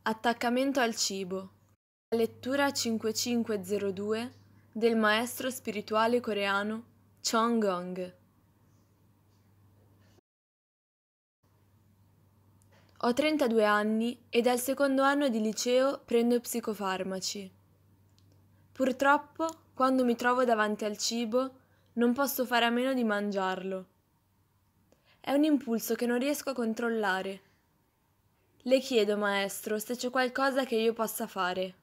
Attaccamento al cibo. Lettura 5502 del maestro spirituale coreano Chon Gong. Ho 32 anni e dal secondo anno di liceo prendo psicofarmaci. Purtroppo, quando mi trovo davanti al cibo, non posso fare a meno di mangiarlo. È un impulso che non riesco a controllare. Le chiedo, maestro, se c'è qualcosa che io possa fare.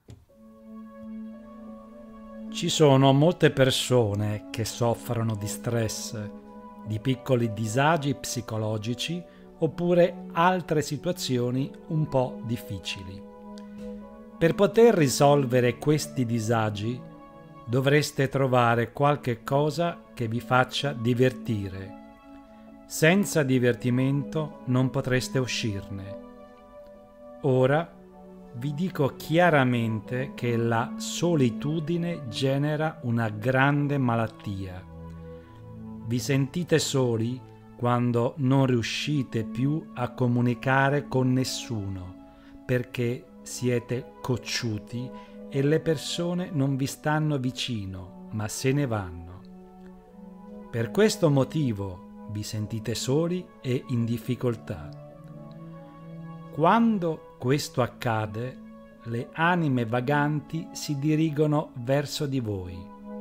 Ci sono molte persone che soffrono di stress, di piccoli disagi psicologici oppure altre situazioni un po' difficili. Per poter risolvere questi disagi dovreste trovare qualche cosa che vi faccia divertire. Senza divertimento non potreste uscirne. Ora vi dico chiaramente che la solitudine genera una grande malattia. Vi sentite soli quando non riuscite più a comunicare con nessuno, perché siete cocciuti e le persone non vi stanno vicino, ma se ne vanno. Per questo motivo vi sentite soli e in difficoltà. Quando questo accade, le anime vaganti si dirigono verso di voi.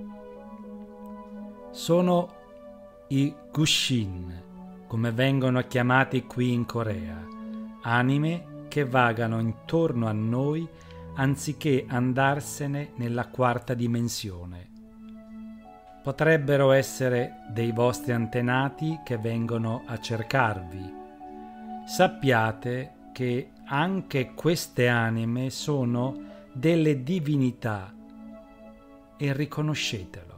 Sono i Gushin, come vengono chiamati qui in Corea, anime che vagano intorno a noi anziché andarsene nella quarta dimensione. Potrebbero essere dei vostri antenati che vengono a cercarvi. Sappiate che anche queste anime sono delle divinità e riconoscetelo.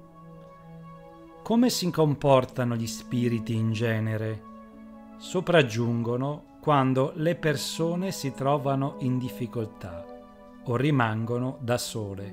Come si comportano gli spiriti in genere? Sopraggiungono quando le persone si trovano in difficoltà o rimangono da sole.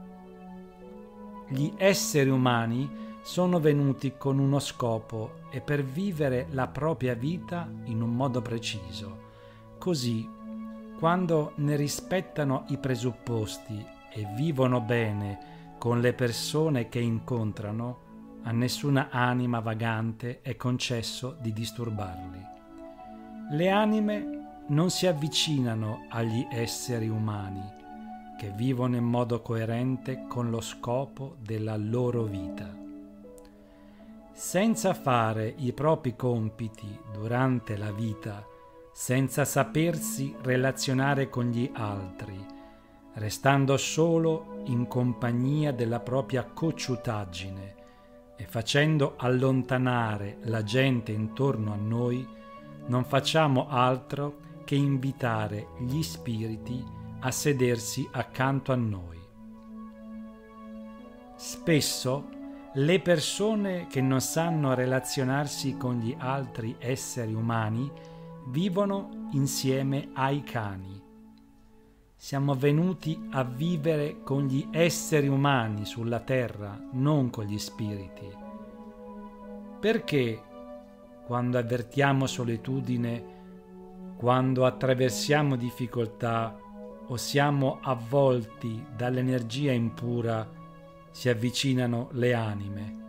Gli esseri umani sono venuti con uno scopo e per vivere la propria vita in un modo preciso. Così, quando ne rispettano i presupposti e vivono bene con le persone che incontrano, a nessuna anima vagante è concesso di disturbarli. Le anime non si avvicinano agli esseri umani, che vivono in modo coerente con lo scopo della loro vita. Senza fare i propri compiti durante la vita, senza sapersi relazionare con gli altri, restando solo in compagnia della propria cocciutaggine e facendo allontanare la gente intorno a noi, non facciamo altro che invitare gli spiriti a sedersi accanto a noi. Spesso le persone che non sanno relazionarsi con gli altri esseri umani vivono insieme ai cani. Siamo venuti a vivere con gli esseri umani sulla terra, non con gli spiriti. Perché quando avvertiamo solitudine, quando attraversiamo difficoltà o siamo avvolti dall'energia impura, si avvicinano le anime?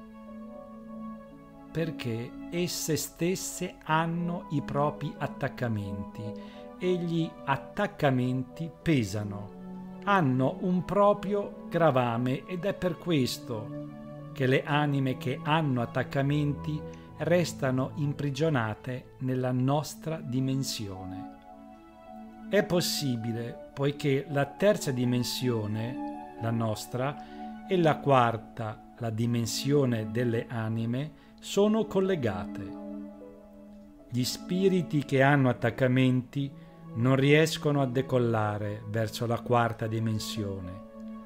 Perché esse stesse hanno i propri attaccamenti e gli attaccamenti pesano, hanno un proprio gravame ed è per questo che le anime che hanno attaccamenti restano imprigionate nella nostra dimensione. È possibile poiché la terza dimensione, la nostra, e la quarta, la dimensione delle anime, sono collegate. Gli spiriti che hanno attaccamenti non riescono a decollare verso la quarta dimensione.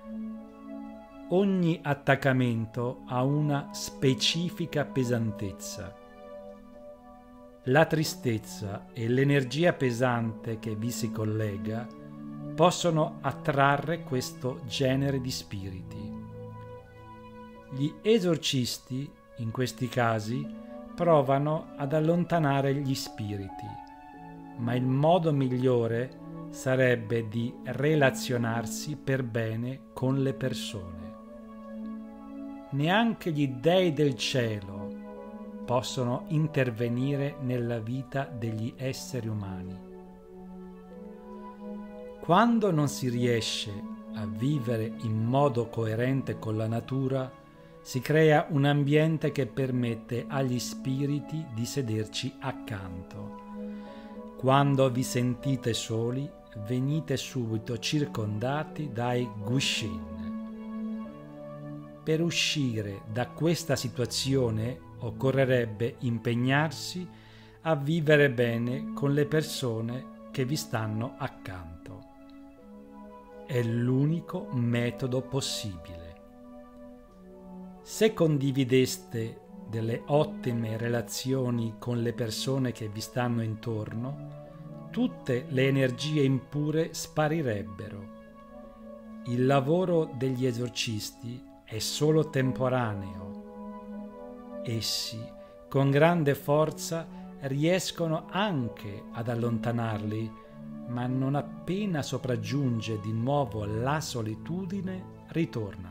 Ogni attaccamento ha una specifica pesantezza. La tristezza e l'energia pesante che vi si collega possono attrarre questo genere di spiriti. Gli esorcisti, in questi casi, provano ad allontanare gli spiriti, ma il modo migliore sarebbe di relazionarsi per bene con le persone. Neanche gli dei del cielo possono intervenire nella vita degli esseri umani. Quando non si riesce a vivere in modo coerente con la natura, si crea un ambiente che permette agli spiriti di sederci accanto. Quando vi sentite soli, venite subito circondati dai Gushin. Per uscire da questa situazione occorrerebbe impegnarsi a vivere bene con le persone che vi stanno accanto. È l'unico metodo possibile. Se condivideste delle ottime relazioni con le persone che vi stanno intorno, tutte le energie impure sparirebbero. Il lavoro degli esorcisti è solo temporaneo. Essi, con grande forza, riescono anche ad allontanarli, ma non appena sopraggiunge di nuovo la solitudine, ritornano.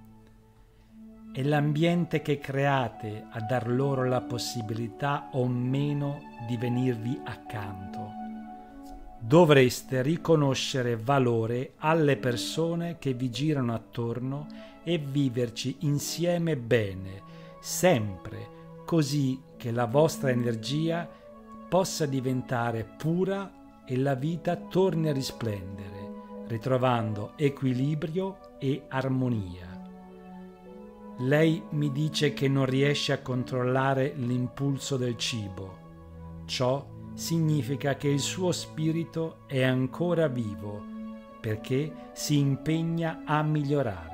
È l'ambiente che create a dar loro la possibilità o meno di venirvi accanto. Dovreste riconoscere valore alle persone che vi girano attorno e viverci insieme bene, sempre, così che la vostra energia possa diventare pura e la vita torni a risplendere, ritrovando equilibrio e armonia. Lei mi dice che non riesce a controllare l'impulso del cibo. Ciò significa che il suo spirito è ancora vivo, perché si impegna a migliorare.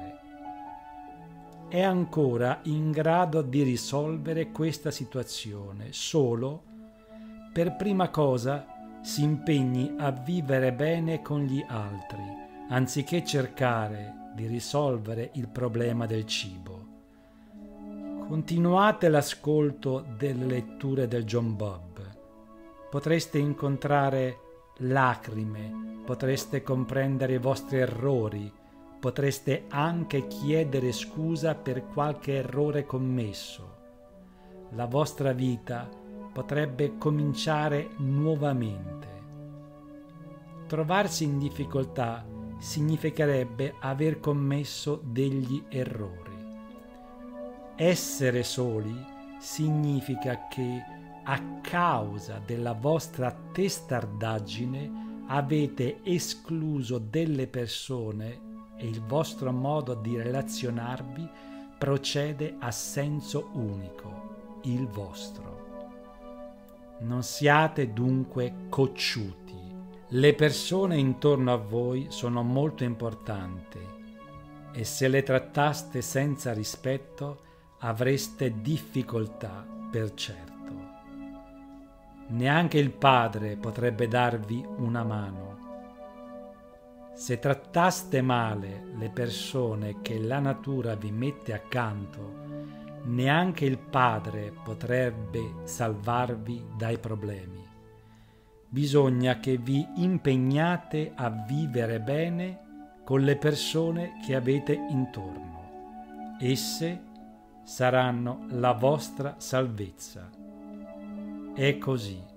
È ancora in grado di risolvere questa situazione solo, per prima cosa, si impegni a vivere bene con gli altri, anziché cercare di risolvere il problema del cibo. Continuate l'ascolto delle letture del John Bob. Potreste incontrare lacrime, potreste comprendere i vostri errori, potreste anche chiedere scusa per qualche errore commesso. La vostra vita potrebbe cominciare nuovamente. Trovarsi in difficoltà significherebbe aver commesso degli errori. Essere soli significa che a causa della vostra testardaggine avete escluso delle persone e il vostro modo di relazionarvi procede a senso unico, il vostro. Non siate dunque cocciuti. Le persone intorno a voi sono molto importanti e se le trattaste senza rispetto avreste difficoltà per certo. Neanche il Padre potrebbe darvi una mano. Se trattaste male le persone che la natura vi mette accanto, neanche il Padre potrebbe salvarvi dai problemi. Bisogna che vi impegnate a vivere bene con le persone che avete intorno. Esse saranno la vostra salvezza. È così.